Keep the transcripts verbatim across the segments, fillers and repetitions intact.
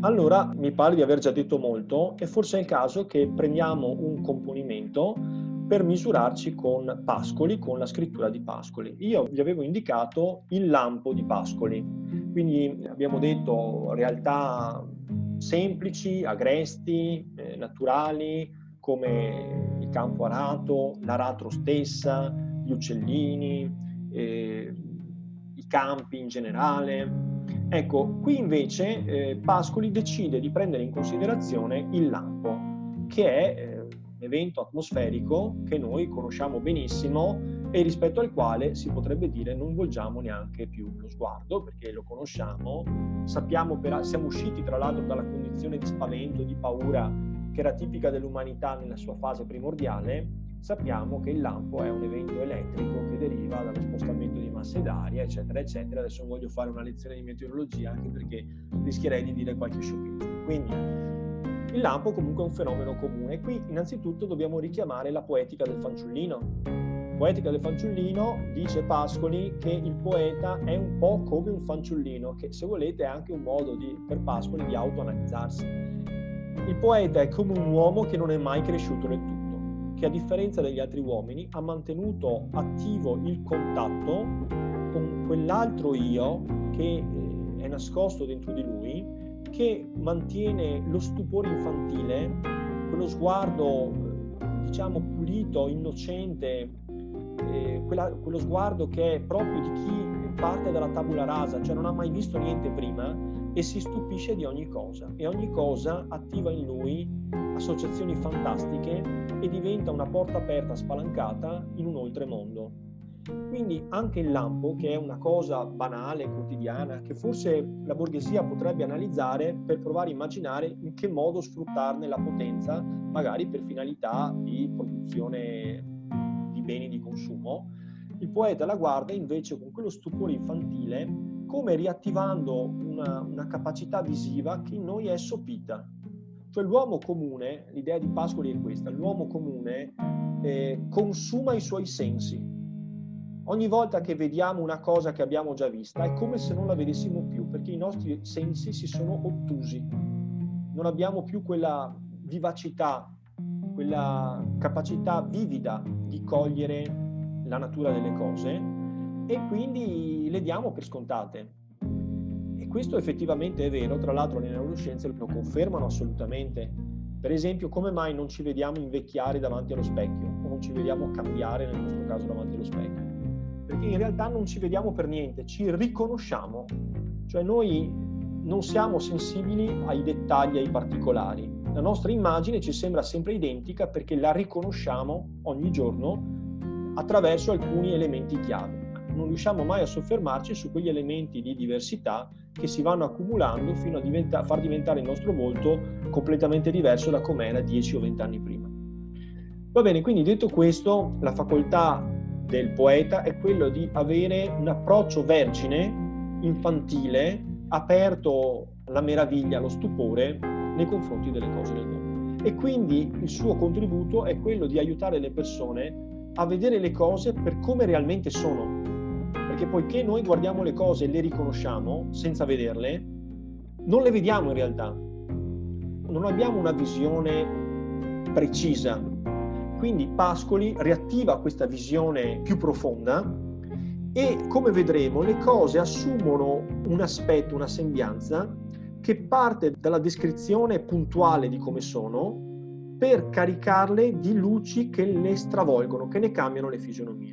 Allora mi pare di aver già detto molto e forse è il caso che prendiamo un componimento per misurarci con Pascoli, con la scrittura di Pascoli. Io vi avevo indicato il lampo di Pascoli, quindi abbiamo detto realtà semplici, agresti, eh, naturali, come il campo arato, l'aratro stessa, gli uccellini, eh, i campi in generale. Ecco, qui invece eh, Pascoli decide di prendere in considerazione il lampo, che è eh, un evento atmosferico che noi conosciamo benissimo e rispetto al quale si potrebbe dire non volgiamo neanche più lo sguardo, perché lo conosciamo, sappiamo per, siamo usciti tra l'altro dalla condizione di spavento, di paura che era tipica dell'umanità nella sua fase primordiale. Sappiamo che il lampo è un evento elettrico che deriva dallo spostamento di masse d'aria, eccetera, eccetera. Adesso non voglio fare una lezione di meteorologia, anche perché rischierei di dire qualche sciocchezza. Quindi il lampo comunque è un fenomeno comune. Qui innanzitutto dobbiamo richiamare la poetica del fanciullino. Poetica del fanciullino, dice Pascoli, che il poeta è un po' come un fanciullino, che se volete è anche un modo di, per Pascoli di autoanalizzarsi. Il poeta è come un uomo che non è mai cresciuto nel tutto, che a differenza degli altri uomini ha mantenuto attivo il contatto con quell'altro io che è nascosto dentro di lui, che mantiene lo stupore infantile, quello sguardo diciamo pulito, innocente, eh, quella, quello sguardo che è proprio di chi parte dalla tabula rasa, cioè non ha mai visto niente prima e si stupisce di ogni cosa, e ogni cosa attiva in lui associazioni fantastiche e diventa una porta aperta spalancata in un oltremondo. Quindi anche il lampo, che è una cosa banale, quotidiana, che forse la borghesia potrebbe analizzare per provare a immaginare in che modo sfruttarne la potenza, magari per finalità di produzione di beni di consumo, il poeta la guarda invece con quello stupore infantile, come riattivando una, una capacità visiva che in noi è sopita. Cioè l'uomo comune, l'idea di Pascoli è questa, l'uomo comune eh, consuma i suoi sensi. Ogni volta che vediamo una cosa che abbiamo già vista è come se non la vedessimo più, perché i nostri sensi si sono ottusi. Non abbiamo più quella vivacità, quella capacità vivida di cogliere la natura delle cose e quindi le diamo per scontate. E questo effettivamente è vero, tra l'altro le neuroscienze lo confermano assolutamente. Per esempio, come mai non ci vediamo invecchiare davanti allo specchio o non ci vediamo cambiare, nel nostro caso, davanti allo specchio? Perché in realtà non ci vediamo per niente, ci riconosciamo. Cioè noi non siamo sensibili ai dettagli, ai particolari. La nostra immagine ci sembra sempre identica perché la riconosciamo ogni giorno attraverso alcuni elementi chiave. Non riusciamo mai a soffermarci su quegli elementi di diversità che si vanno accumulando fino a diventa- far diventare il nostro volto completamente diverso da com'era dieci o venti anni prima. Va bene, quindi detto questo, la facoltà del poeta è quello di avere un approccio vergine, infantile, aperto alla meraviglia, allo stupore nei confronti delle cose del mondo. E quindi il suo contributo è quello di aiutare le persone a vedere le cose per come realmente sono. Perché poiché noi guardiamo le cose e le riconosciamo senza vederle, non le vediamo in realtà. Non abbiamo una visione precisa. Quindi Pascoli riattiva questa visione più profonda e, come vedremo, le cose assumono un aspetto, una sembianza che parte dalla descrizione puntuale di come sono per caricarle di luci che le stravolgono, che ne cambiano le fisionomie.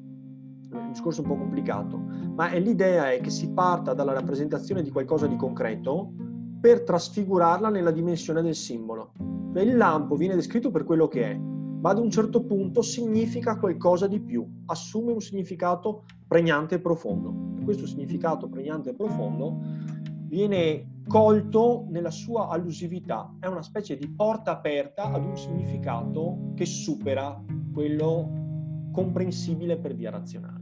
Un discorso un po' complicato, ma è l'idea è che si parta dalla rappresentazione di qualcosa di concreto per trasfigurarla nella dimensione del simbolo. Cioè il lampo viene descritto per quello che è, ma ad un certo punto significa qualcosa di più, assume un significato pregnante e profondo. E questo significato pregnante e profondo viene colto nella sua allusività, è una specie di porta aperta ad un significato che supera quello comprensibile per via razionale.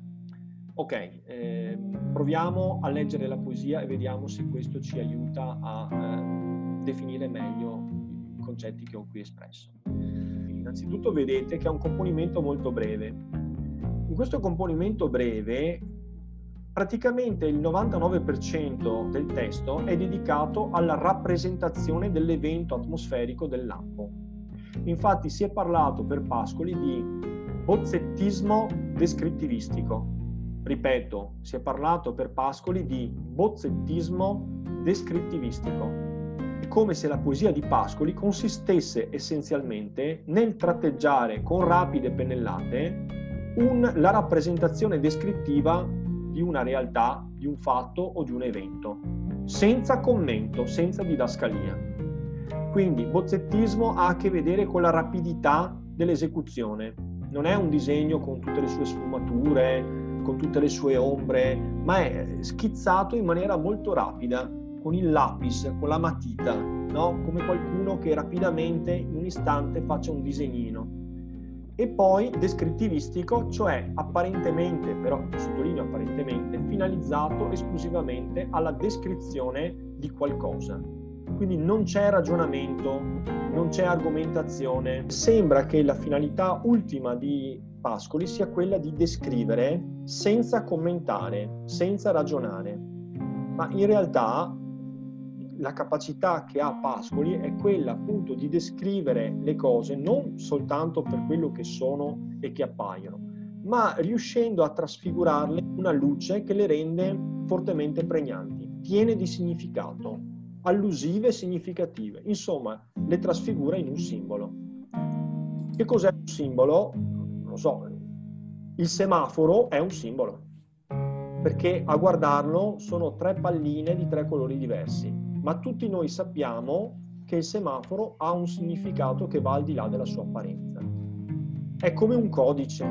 Ok, eh, proviamo a leggere la poesia e vediamo se questo ci aiuta a eh, definire meglio i concetti che ho qui espresso. Innanzitutto vedete che è un componimento molto breve. In questo componimento breve praticamente il novantanove per cento del testo è dedicato alla rappresentazione dell'evento atmosferico del lampo. Infatti si è parlato per Pascoli di bozzettismo descrittivistico. Ripeto, si è parlato per Pascoli di bozzettismo descrittivistico. È come se la poesia di Pascoli consistesse essenzialmente nel tratteggiare con rapide pennellate un, la rappresentazione descrittiva di una realtà, di un fatto o di un evento, senza commento, senza didascalia. Quindi bozzettismo ha a che vedere con la rapidità dell'esecuzione. Non è un disegno con tutte le sue sfumature, con tutte le sue ombre, ma è schizzato in maniera molto rapida, con il lapis, con la matita, no? Come qualcuno che rapidamente, in un istante, faccia un disegnino. E poi descrittivistico, cioè apparentemente, però sottolineo apparentemente, finalizzato esclusivamente alla descrizione di qualcosa. Quindi non c'è ragionamento, non c'è argomentazione. Sembra che la finalità ultima di Pascoli sia quella di descrivere senza commentare, senza ragionare. Ma in realtà la capacità che ha Pascoli è quella appunto di descrivere le cose non soltanto per quello che sono e che appaiono, ma riuscendo a trasfigurarle in una luce che le rende fortemente pregnanti, piene di significato, allusive e significative. Insomma, le trasfigura in un simbolo. Che cos'è un simbolo? Non lo so. Il semaforo è un simbolo, perché a guardarlo sono tre palline di tre colori diversi. Ma tutti noi sappiamo che il semaforo ha un significato che va al di là della sua apparenza. È come un codice,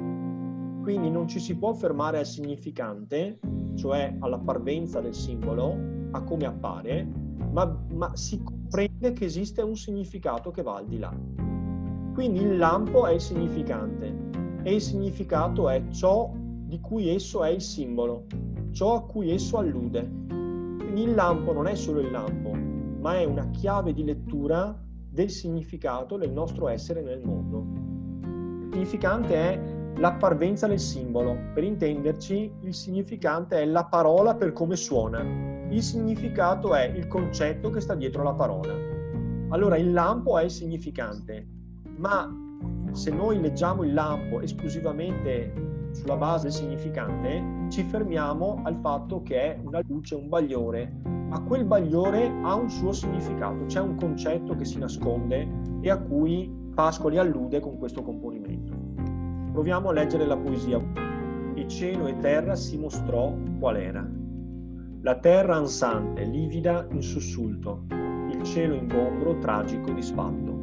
quindi non ci si può fermare al significante, cioè alla parvenza del simbolo, a come appare, ma, ma si comprende che esiste un significato che va al di là. Quindi il lampo è il significante e il significato è ciò di cui esso è il simbolo, ciò a cui esso allude. Quindi il lampo non è solo il lampo, ma è una chiave di lettura del significato del nostro essere nel mondo. Il significante è la parvenza del simbolo. Per intenderci, il significante è la parola per come suona. Il significato è il concetto che sta dietro la parola. Allora il lampo è il significante, ma se noi leggiamo il lampo esclusivamente sulla base del significante, ci fermiamo al fatto che è una luce, un bagliore, ma quel bagliore ha un suo significato, c'è un concetto che si nasconde e a cui Pascoli allude con questo componimento. Proviamo a leggere la poesia. E cielo e terra si mostrò qual era. La terra ansante, livida in sussulto, il cielo ingombro, tragico, disfatto.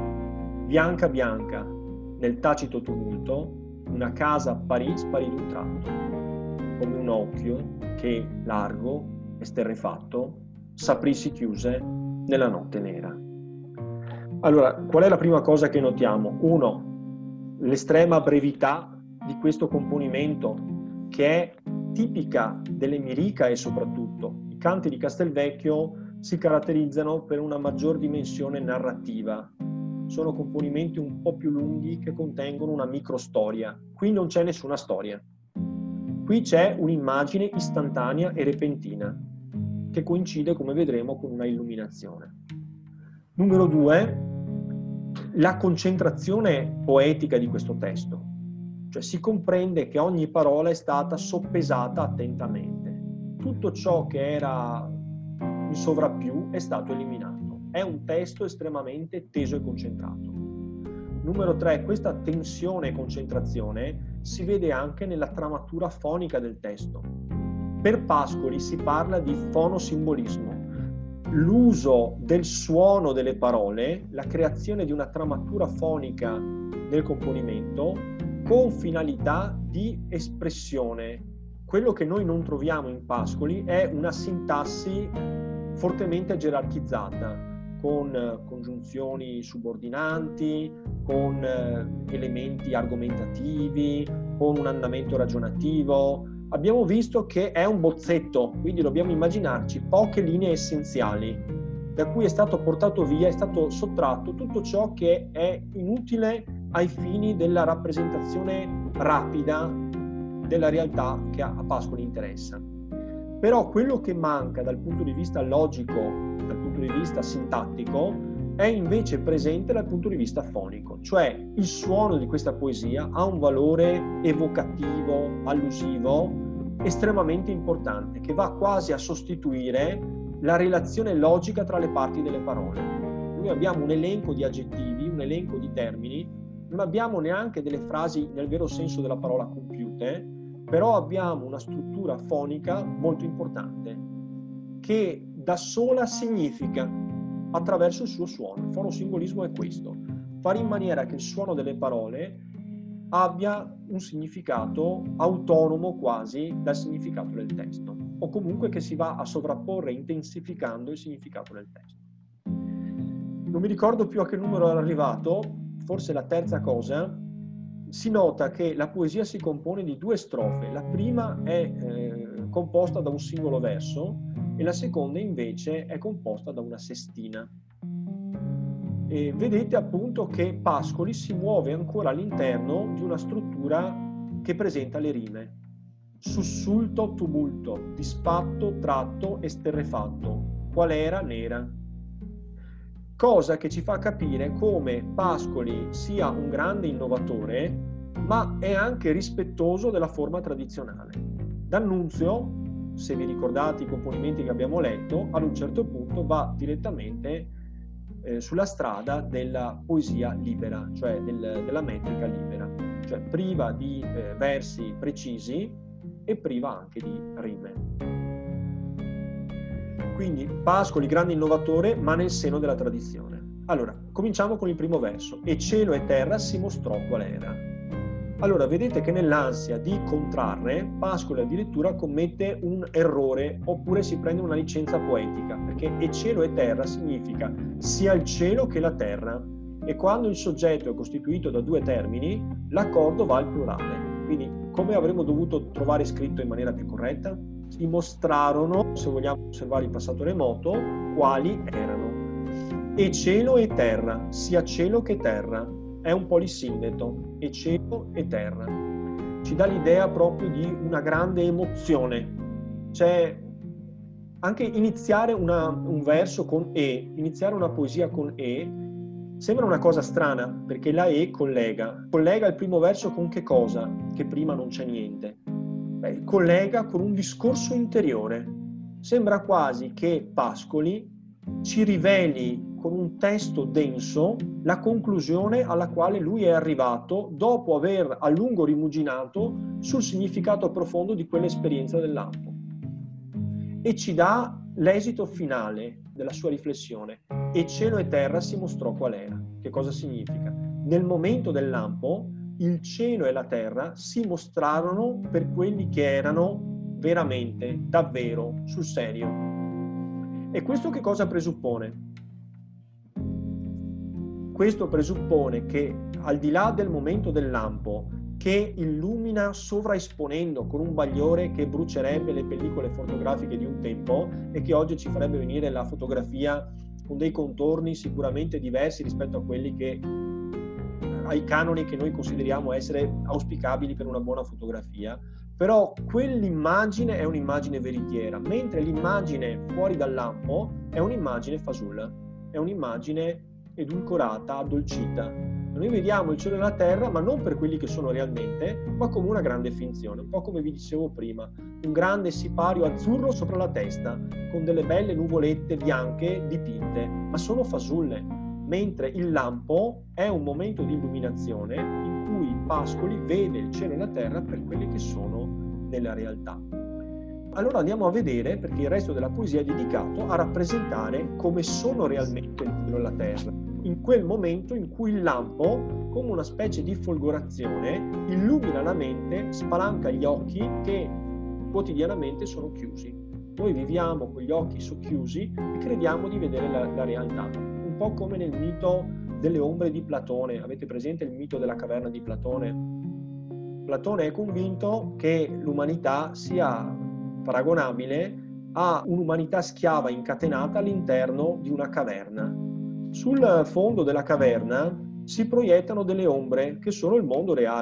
Bianca bianca, nel tacito tumulto, una casa apparì, sparì d'un tratto, come un occhio che, largo e sterrefatto, s'aprì si chiuse nella notte nera. Allora, qual è la prima cosa che notiamo? Uno, l'estrema brevità di questo componimento, che è tipica delle miricae soprattutto. I canti di Castelvecchio si caratterizzano per una maggior dimensione narrativa. Sono componimenti un po' più lunghi che contengono una microstoria. Qui non c'è nessuna storia. Qui c'è un'immagine istantanea e repentina, che coincide, come vedremo, con una illuminazione. Numero due, la concentrazione poetica di questo testo. Cioè si comprende che ogni parola è stata soppesata attentamente. Tutto ciò che era in sovrappiù è stato eliminato. È un testo estremamente teso e concentrato. Numero tre, questa tensione e concentrazione si vede anche nella tramatura fonica del testo. Per Pascoli si parla di fonosimbolismo, l'uso del suono delle parole, la creazione di una tramatura fonica nel componimento con finalità di espressione. Quello che noi non troviamo in Pascoli è una sintassi fortemente gerarchizzata, con congiunzioni subordinanti, con elementi argomentativi, con un andamento ragionativo. Abbiamo visto che è un bozzetto, quindi dobbiamo immaginarci poche linee essenziali, da cui è stato portato via, è stato sottratto tutto ciò che è inutile ai fini della rappresentazione rapida della realtà che a Pascoli interessa. Però quello che manca dal punto di vista logico, dal punto di vista sintattico, è invece presente dal punto di vista fonico, cioè il suono di questa poesia ha un valore evocativo, allusivo, estremamente importante, che va quasi a sostituire la relazione logica tra le parti delle parole. Noi abbiamo un elenco di aggettivi, un elenco di termini, non abbiamo neanche delle frasi nel vero senso della parola compiute, però abbiamo una struttura fonica molto importante che da sola significa attraverso il suo suono. Il fonosimbolismo è questo: fare in maniera che il suono delle parole abbia un significato autonomo quasi dal significato del testo, o comunque che si va a sovrapporre intensificando il significato del testo. Non mi ricordo più a che numero era arrivato, forse la terza cosa. Si nota che la poesia si compone di due strofe. La prima è eh, composta da un singolo verso e la seconda invece è composta da una sestina. E vedete appunto che Pascoli si muove ancora all'interno di una struttura che presenta le rime. Sussulto, tumulto, dispatto, tratto, esterrefatto, qual'era, nera. Cosa che ci fa capire come Pascoli sia un grande innovatore, ma è anche rispettoso della forma tradizionale. D'Annunzio, se vi ricordate i componimenti che abbiamo letto, ad un certo punto va direttamente eh, sulla strada della poesia libera, cioè del, della metrica libera, cioè priva di eh, versi precisi e priva anche di rime. Quindi Pascoli, grande innovatore, ma nel seno della tradizione. Allora, cominciamo con il primo verso. E cielo e terra si mostrò qual era. Allora, vedete che nell'ansia di contrarre, Pascoli addirittura commette un errore, oppure si prende una licenza poetica, perché e cielo e terra significa sia il cielo che la terra. E quando il soggetto è costituito da due termini, l'accordo va al plurale. Quindi, come avremmo dovuto trovare scritto in maniera più corretta? Si mostrarono, se vogliamo osservare il passato remoto, quali erano. E cielo e terra, sia cielo che terra, è un polissindeto, e cielo e terra. Ci dà l'idea proprio di una grande emozione. Cioè, anche iniziare una, un verso con E, iniziare una poesia con E, sembra una cosa strana, perché la E collega. Collega il primo verso con che cosa? Che prima non c'è niente. Beh, collega con un discorso interiore. Sembra quasi che Pascoli ci riveli con un testo denso la conclusione alla quale lui è arrivato dopo aver a lungo rimuginato sul significato profondo di quell'esperienza del lampo. E ci dà l'esito finale della sua riflessione. E cielo e terra si mostrò qual era. Che cosa significa? Nel momento del lampo il cielo e la terra si mostrarono per quelli che erano veramente, davvero, sul serio. E questo che cosa presuppone? Questo presuppone che al di là del momento del lampo, che illumina sovraesponendo con un bagliore che brucerebbe le pellicole fotografiche di un tempo e che oggi ci farebbe venire la fotografia con dei contorni sicuramente diversi rispetto a quelli che ai canoni che noi consideriamo essere auspicabili per una buona fotografia, però quell'immagine è un'immagine veritiera, mentre l'immagine fuori dal lampo è un'immagine fasulla, è un'immagine edulcorata, addolcita. Noi vediamo il cielo e la terra, ma non per quelli che sono realmente, ma come una grande finzione, un po' come vi dicevo prima, un grande sipario azzurro sopra la testa, con delle belle nuvolette bianche dipinte, ma sono fasulle. Mentre il lampo è un momento di illuminazione in cui Pascoli vede il cielo e la terra per quelli che sono nella realtà. Allora andiamo a vedere, perché il resto della poesia è dedicato a rappresentare come sono realmente il cielo e la terra, in quel momento in cui il lampo, come una specie di folgorazione, illumina la mente, spalanca gli occhi che quotidianamente sono chiusi. Noi viviamo con gli occhi socchiusi e crediamo di vedere la, la realtà. Un po' come nel mito delle ombre di Platone. Avete presente il mito della caverna di Platone? Platone è convinto che l'umanità sia paragonabile a un'umanità schiava incatenata all'interno di una caverna. Sul fondo della caverna si proiettano delle ombre che sono il mondo reale.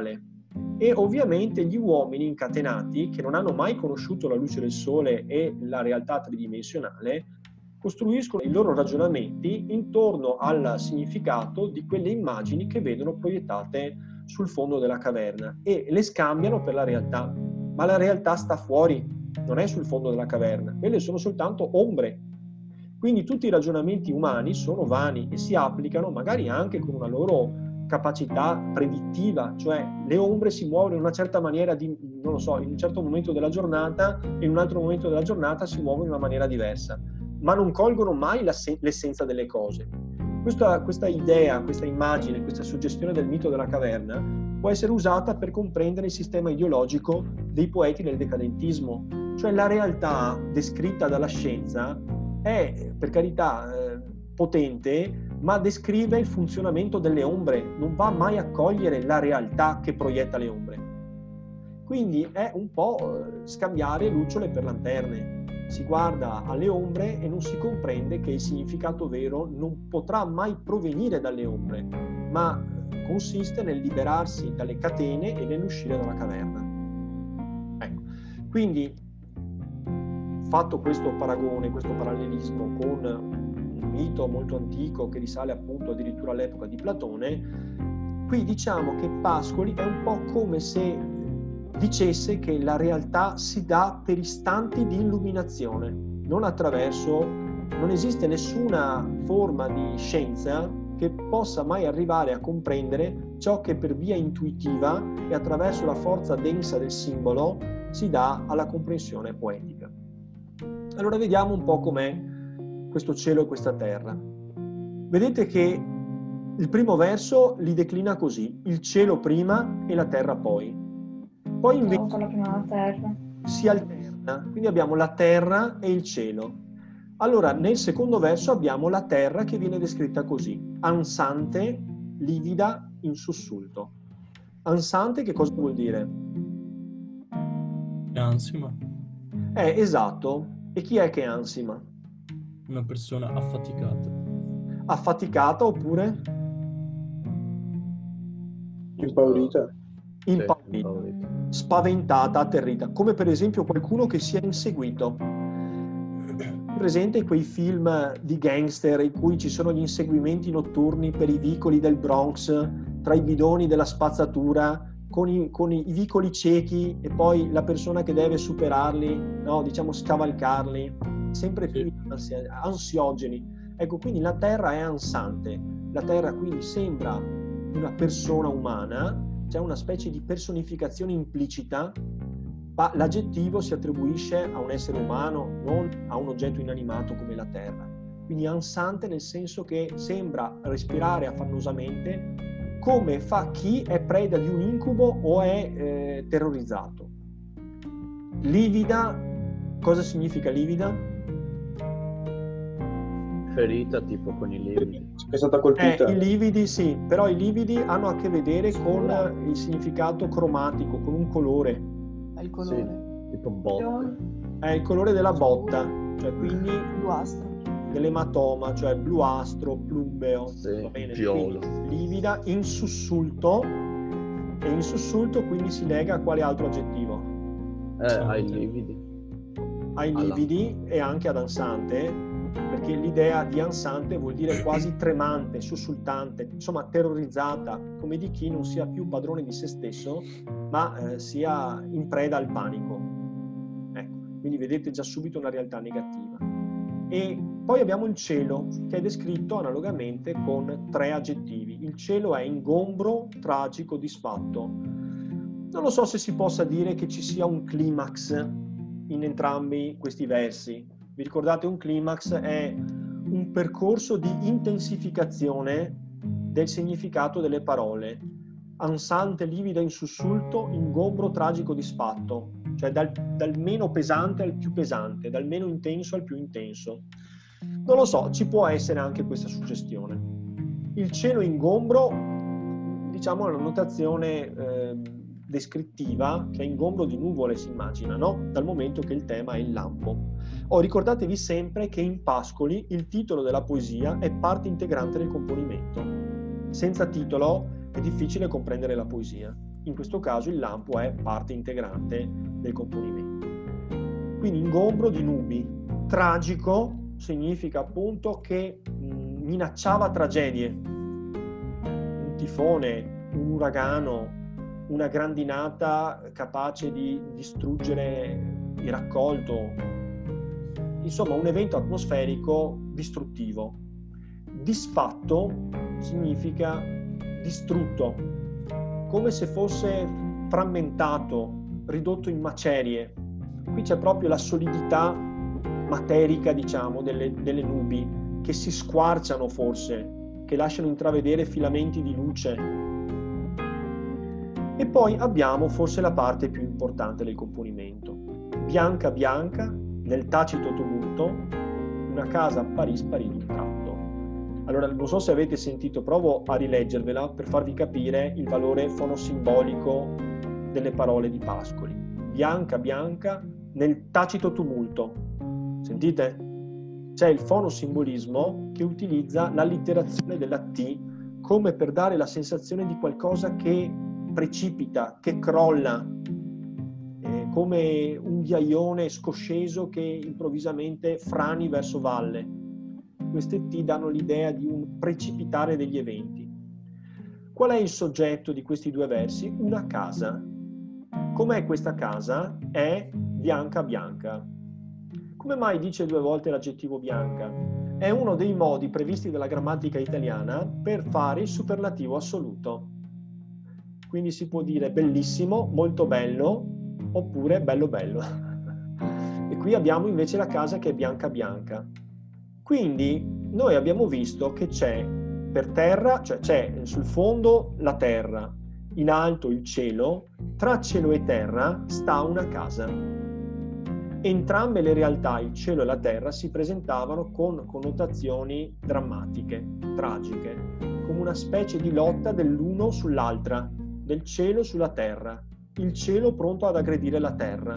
E ovviamente gli uomini incatenati, che non hanno mai conosciuto la luce del sole e la realtà tridimensionale, costruiscono i loro ragionamenti intorno al significato di quelle immagini che vedono proiettate sul fondo della caverna e le scambiano per la realtà. Ma la realtà sta fuori, non è sul fondo della caverna, quelle sono soltanto ombre. Quindi tutti i ragionamenti umani sono vani e si applicano magari anche con una loro capacità predittiva, cioè le ombre si muovono in una certa maniera, di, non lo so, in un certo momento della giornata e in un altro momento della giornata si muovono in una maniera diversa, ma non colgono mai l'essenza delle cose. Questa, questa idea, questa immagine, questa suggestione del mito della caverna può essere usata per comprendere il sistema ideologico dei poeti del decadentismo, cioè la realtà descritta dalla scienza è, per carità, eh, potente, ma descrive il funzionamento delle ombre, non va mai a cogliere la realtà che proietta le ombre. Quindi è un po' eh, scambiare lucciole per lanterne. Si guarda alle ombre e non si comprende che il significato vero non potrà mai provenire dalle ombre, ma consiste nel liberarsi dalle catene e nell'uscire dalla caverna. Ecco. Quindi, fatto questo paragone, questo parallelismo con un mito molto antico che risale appunto addirittura all'epoca di Platone, qui diciamo che Pascoli è un po' come se dicesse che la realtà si dà per istanti di illuminazione, non attraverso, non esiste nessuna forma di scienza che possa mai arrivare a comprendere ciò che per via intuitiva e attraverso la forza densa del simbolo si dà alla comprensione poetica. Allora vediamo un po' com'è questo cielo e questa terra. Vedete che il primo verso li declina così: il cielo prima e la terra poi. Poi invece no, prima la terra. Si alterna, quindi abbiamo la terra e il cielo. Allora nel secondo verso abbiamo la terra che viene descritta così: ansante, livida, in sussulto. Ansante che cosa vuol dire? Ansima. Eh, esatto. E chi è che è ansima? Una persona affaticata. Affaticata oppure? Impaurita. Impaurita. Sì, impaurita. Spaventata, atterrita. Come per esempio qualcuno che si è inseguito. Presente quei film di gangster in cui ci sono gli inseguimenti notturni per i vicoli del Bronx, tra i bidoni della spazzatura, con i, con i vicoli ciechi e poi la persona che deve superarli, no, diciamo scavalcarli, sempre più ansia, ansiogeni. Ecco, quindi la terra è ansante, la terra quindi sembra una persona umana, c'è una specie di personificazione implicita, ma l'aggettivo si attribuisce a un essere umano, non a un oggetto inanimato come la terra. Quindi ansante nel senso che sembra respirare affannosamente, come fa chi è preda di un incubo o è eh, terrorizzato. Livida, cosa significa livida? Ferita tipo con i lividi. È stata colpita. Eh, i lividi sì, però i lividi hanno a che vedere con il significato cromatico, con un colore. È il colore. Sì, tipo botte. È il colore della botta, cioè quindi Bluastro. dell'ematoma, cioè bluastro, plumbeo, Sì, va bene? viola. Quindi livida, in sussulto, e in sussulto quindi si lega a quale altro aggettivo? Eh, ai lividi. Ai lividi e anche ad ansante, perché l'idea di ansante vuol dire quasi tremante, sussultante, insomma terrorizzata, come di chi non sia più padrone di se stesso, ma eh, sia in preda al panico. Ecco, quindi vedete già subito una realtà negativa. E poi abbiamo il cielo, che è descritto analogamente con tre aggettivi. Il cielo è ingombro, tragico, disfatto. Non lo so se si possa dire che ci sia un climax in entrambi questi versi. Vi ricordate, un climax è un percorso di intensificazione del significato delle parole. Ansante, livida, in sussulto, ingombro, tragico, disfatto. Cioè dal, dal meno pesante al più pesante, dal meno intenso al più intenso. Non lo so, ci può essere anche questa suggestione. Il cielo ingombro, diciamo, è una notazione eh, descrittiva, che è ingombro di nuvole, si immagina, no? Dal momento che il tema è il lampo. Oh, ricordatevi sempre che in Pascoli il titolo della poesia è parte integrante del componimento. Senza titolo è difficile comprendere la poesia. in questo caso il lampo è parte integrante del componimento. Quindi ingombro di nubi. Tragico significa appunto che mh, minacciava tragedie. Un tifone, un uragano, una grandinata capace di distruggere il raccolto, insomma un evento atmosferico distruttivo. Disfatto significa distrutto, come se fosse frammentato, ridotto in macerie. Qui c'è proprio la solidità materica, diciamo, delle, delle nubi, che si squarciano forse, che lasciano intravedere filamenti di luce. E poi abbiamo forse la parte più importante del componimento. Bianca bianca, nel tacito tumulto, una casa apparì sparì d'un tratto. Allora, non so se avete sentito, provo a rileggervela per farvi capire il valore fonosimbolico delle parole di Pascoli. Bianca bianca, nel tacito tumulto. Sentite? C'è il fonosimbolismo che utilizza l'allitterazione della T come per dare la sensazione di qualcosa che precipita, che crolla, eh, come un ghiaione scosceso che improvvisamente frani verso valle. Queste T danno l'idea di un precipitare degli eventi. Qual è il soggetto di questi due versi? Una casa. Com'è questa casa? È bianca bianca. Come mai dice due volte l'aggettivo bianca? È uno dei modi previsti dalla grammatica italiana per fare il superlativo assoluto. Quindi si può dire bellissimo, molto bello, oppure bello bello. E qui abbiamo invece la casa che è bianca bianca. Quindi noi abbiamo visto che c'è per terra, cioè c'è sul fondo la terra, in alto il cielo, tra cielo e terra sta una casa. Entrambe le realtà, il cielo e la terra, si presentavano con connotazioni drammatiche, tragiche, come una specie di lotta dell'uno sull'altra, del cielo sulla terra, il cielo pronto ad aggredire la terra.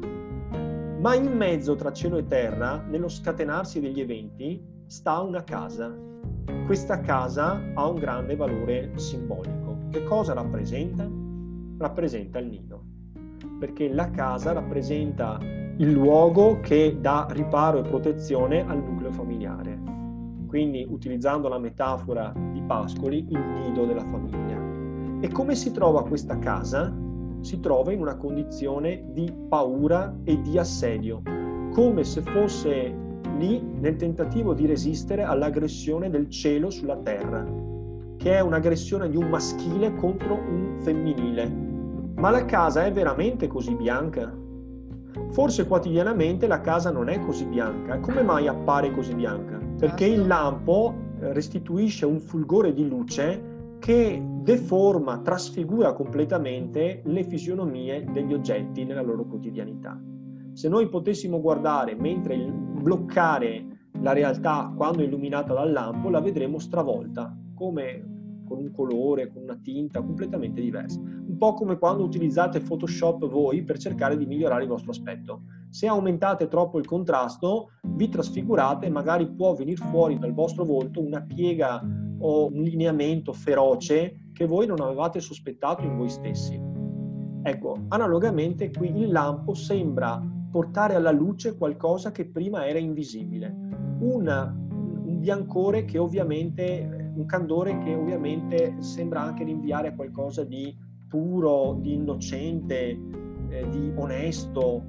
Ma in mezzo tra cielo e terra, nello scatenarsi degli eventi, sta una casa. Questa casa ha un grande valore simbolico. Che cosa rappresenta? Rappresenta il nido. Perché la casa rappresenta il luogo che dà riparo e protezione al nucleo familiare. Quindi, utilizzando la metafora di Pascoli, il nido della famiglia. E come si trova questa casa? Si trova in una condizione di paura e di assedio, come se fosse lì nel tentativo di resistere all'aggressione del cielo sulla terra, che è un'aggressione di un maschile contro un femminile. Ma la casa è veramente così bianca? Forse quotidianamente la casa non è così bianca. Come mai appare così bianca? Perché il lampo restituisce un fulgore di luce che deforma, trasfigura completamente le fisionomie degli oggetti nella loro quotidianità. Se noi potessimo guardare mentre il, bloccare la realtà quando è illuminata dal lampo, la vedremo stravolta, come con un colore, con una tinta completamente diversa. Un po' come quando utilizzate Photoshop voi per cercare di migliorare il vostro aspetto. Se aumentate troppo il contrasto, vi trasfigurate e magari può venire fuori dal vostro volto una piega o un lineamento feroce che voi non avevate sospettato in voi stessi. Ecco, analogamente qui il lampo sembra portare alla luce qualcosa che prima era invisibile. Una, un biancore che ovviamente, un candore che ovviamente sembra anche rinviare a qualcosa di puro, di innocente, eh, di onesto.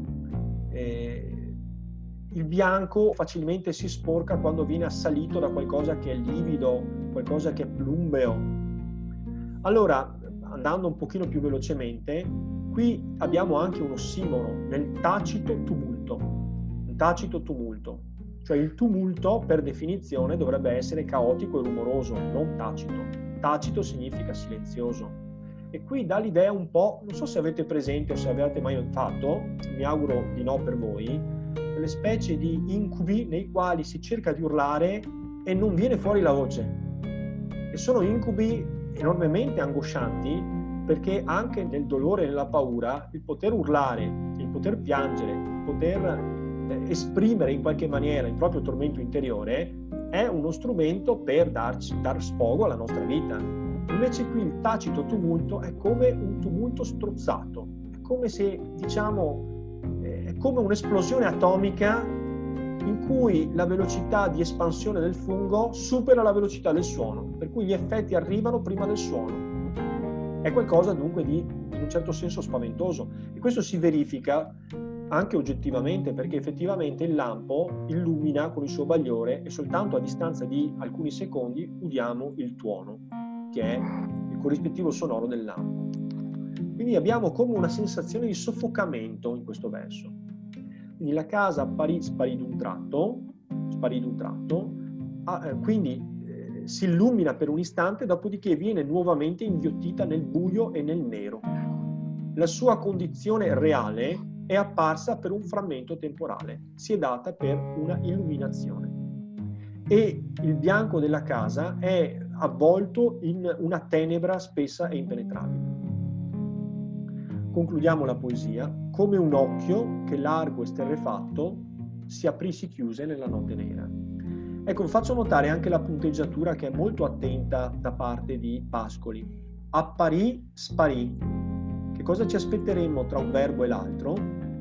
Eh, il bianco facilmente si sporca quando viene assalito da qualcosa che è livido, qualcosa che è plumbeo. Allora, andando un pochino più velocemente, qui abbiamo anche un ossimoro nel tacito tumulto. Un tacito tumulto. Cioè il tumulto, per definizione, dovrebbe essere caotico e rumoroso, non tacito. Tacito significa silenzioso. E qui dà l'idea un po', non so se avete presente o se avete mai fatto, mi auguro di no per voi, delle specie di incubi nei quali si cerca di urlare e non viene fuori la voce. E sono incubi enormemente angoscianti, perché anche nel dolore e nella paura il poter urlare, il poter piangere, il poter esprimere in qualche maniera il proprio tormento interiore è uno strumento per darci, dar sfogo alla nostra vita. Invece qui il tacito tumulto è come un tumulto strozzato, è come se, diciamo, è come un'esplosione atomica in cui la velocità di espansione del fungo supera la velocità del suono, per cui gli effetti arrivano prima del suono. È qualcosa dunque di, in un certo senso, spaventoso. E questo si verifica anche oggettivamente, perché effettivamente il lampo illumina con il suo bagliore e soltanto a distanza di alcuni secondi udiamo il tuono, che è il corrispettivo sonoro del lampo. Quindi abbiamo come una sensazione di soffocamento in questo verso. Quindi la casa apparì, sparì d'un tratto, sparì d'un tratto, ah, eh, quindi eh, si illumina per un istante, dopodiché viene nuovamente inghiottita nel buio e nel nero. La sua condizione reale è apparsa per un frammento temporale, si è data per una illuminazione. E il bianco della casa è avvolto in una tenebra spessa e impenetrabile. Concludiamo la poesia. Come un occhio che largo e sterrefatto si aprì, si chiuse nella notte nera. Ecco, faccio notare anche la punteggiatura che è molto attenta da parte di Pascoli. Apparì, sparì. Che cosa ci aspetteremmo tra un verbo e l'altro?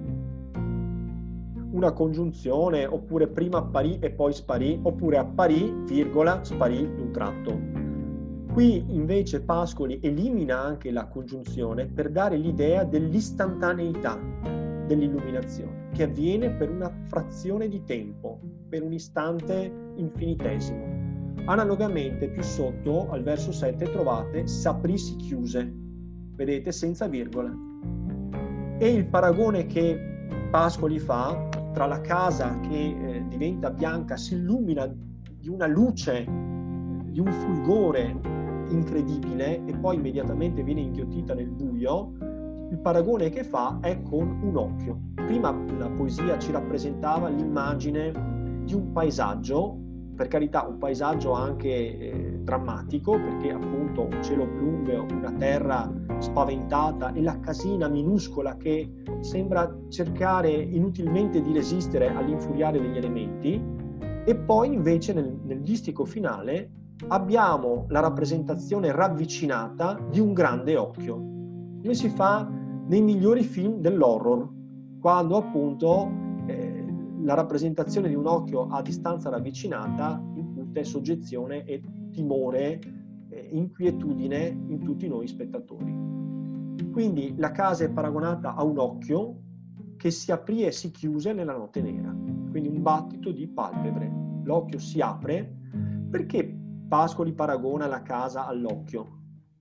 Una congiunzione, oppure prima apparì e poi sparì, oppure apparì, virgola, sparì d'un tratto. Qui invece Pascoli elimina anche la congiunzione per dare l'idea dell'istantaneità dell'illuminazione, che avviene per una frazione di tempo, per un istante infinitesimo. Analogamente, più sotto, al verso sette, trovate s'aprì, si chiuse, vedete, senza virgola. E il paragone che Pascoli fa tra la casa che eh, diventa bianca, si illumina di una luce, di un fulgore incredibile e poi immediatamente viene inghiottita nel buio, il paragone che fa è con un occhio. Prima la poesia ci rappresentava l'immagine di un paesaggio, per carità un paesaggio anche eh, drammatico, perché appunto un cielo plumbeo, una terra spaventata e la casina minuscola che sembra cercare inutilmente di resistere all'infuriare degli elementi, e poi invece nel, nel distico finale abbiamo la rappresentazione ravvicinata di un grande occhio, come si fa nei migliori film dell'horror, quando appunto eh, la rappresentazione di un occhio a distanza ravvicinata incute soggezione e timore, eh, inquietudine in tutti noi spettatori. Quindi la casa è paragonata a un occhio che si aprì e si chiuse nella notte nera, quindi un battito di palpebre. L'occhio si apre. Perché Pascoli paragona la casa all'occhio?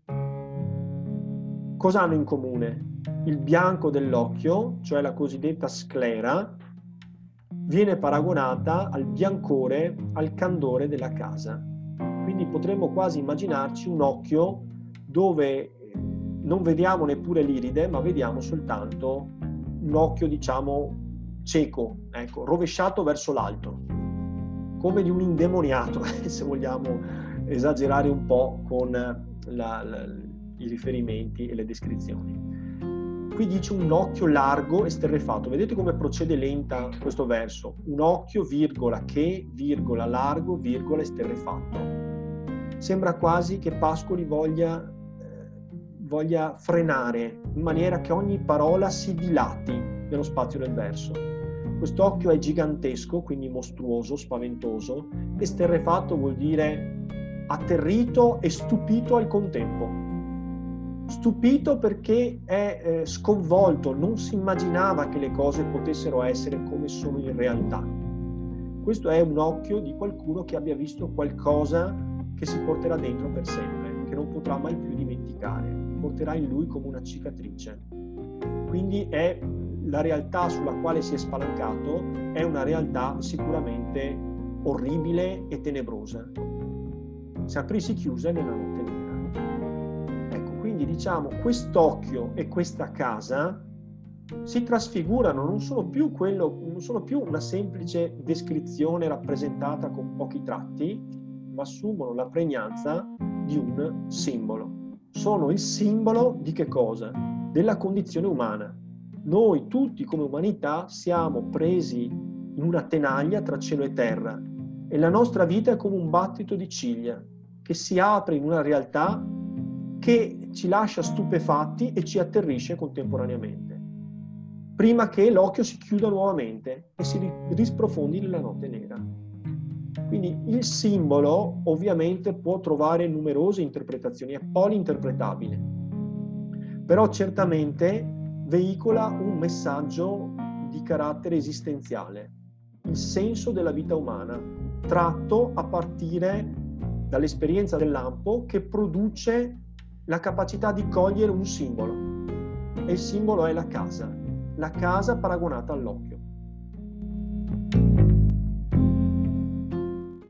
Cosa hanno in comune? Il bianco dell'occhio, cioè la cosiddetta sclera, viene paragonata al biancore, al candore della casa. Quindi potremmo quasi immaginarci un occhio dove non vediamo neppure l'iride, ma vediamo soltanto un occhio, diciamo, cieco, ecco, rovesciato verso l'alto, come di un indemoniato, se vogliamo esagerare un po' con la, la, i riferimenti e le descrizioni. Qui dice un occhio largo e sterrefatto. Vedete come procede lenta questo verso? Un occhio, virgola, che, virgola, largo, virgola, esterrefatto. Sembra quasi che Pascoli voglia, eh, voglia frenare in maniera che ogni parola si dilati nello spazio del verso. Quest'occhio è gigantesco, quindi mostruoso, spaventoso. Esterrefatto vuol dire atterrito e stupito al contempo. Stupito perché è eh, sconvolto, non si immaginava che le cose potessero essere come sono in realtà. Questo è un occhio di qualcuno che abbia visto qualcosa che si porterà dentro per sempre, che non potrà mai più dimenticare, porterà in lui come una cicatrice. Quindi è la realtà sulla quale si è spalancato, è una realtà sicuramente orribile e tenebrosa. Si aprì, si chiuse nella notte nera. Quindi diciamo quest'occhio e questa casa si trasfigurano, non sono più quello, non sono più una semplice descrizione rappresentata con pochi tratti, ma assumono la pregnanza di un simbolo. Sono il simbolo di che cosa? Della condizione umana. Noi tutti come umanità siamo presi in una tenaglia tra cielo e terra e la nostra vita è come un battito di ciglia che si apre in una realtà che ci lascia stupefatti e ci atterrisce contemporaneamente, prima che l'occhio si chiuda nuovamente e si risprofondi nella notte nera. Quindi il simbolo ovviamente può trovare numerose interpretazioni, è polinterpretabile, però certamente veicola un messaggio di carattere esistenziale, il senso della vita umana, tratto a partire dall'esperienza del lampo che produce la capacità di cogliere un simbolo. E il simbolo è la casa, la casa paragonata all'occhio.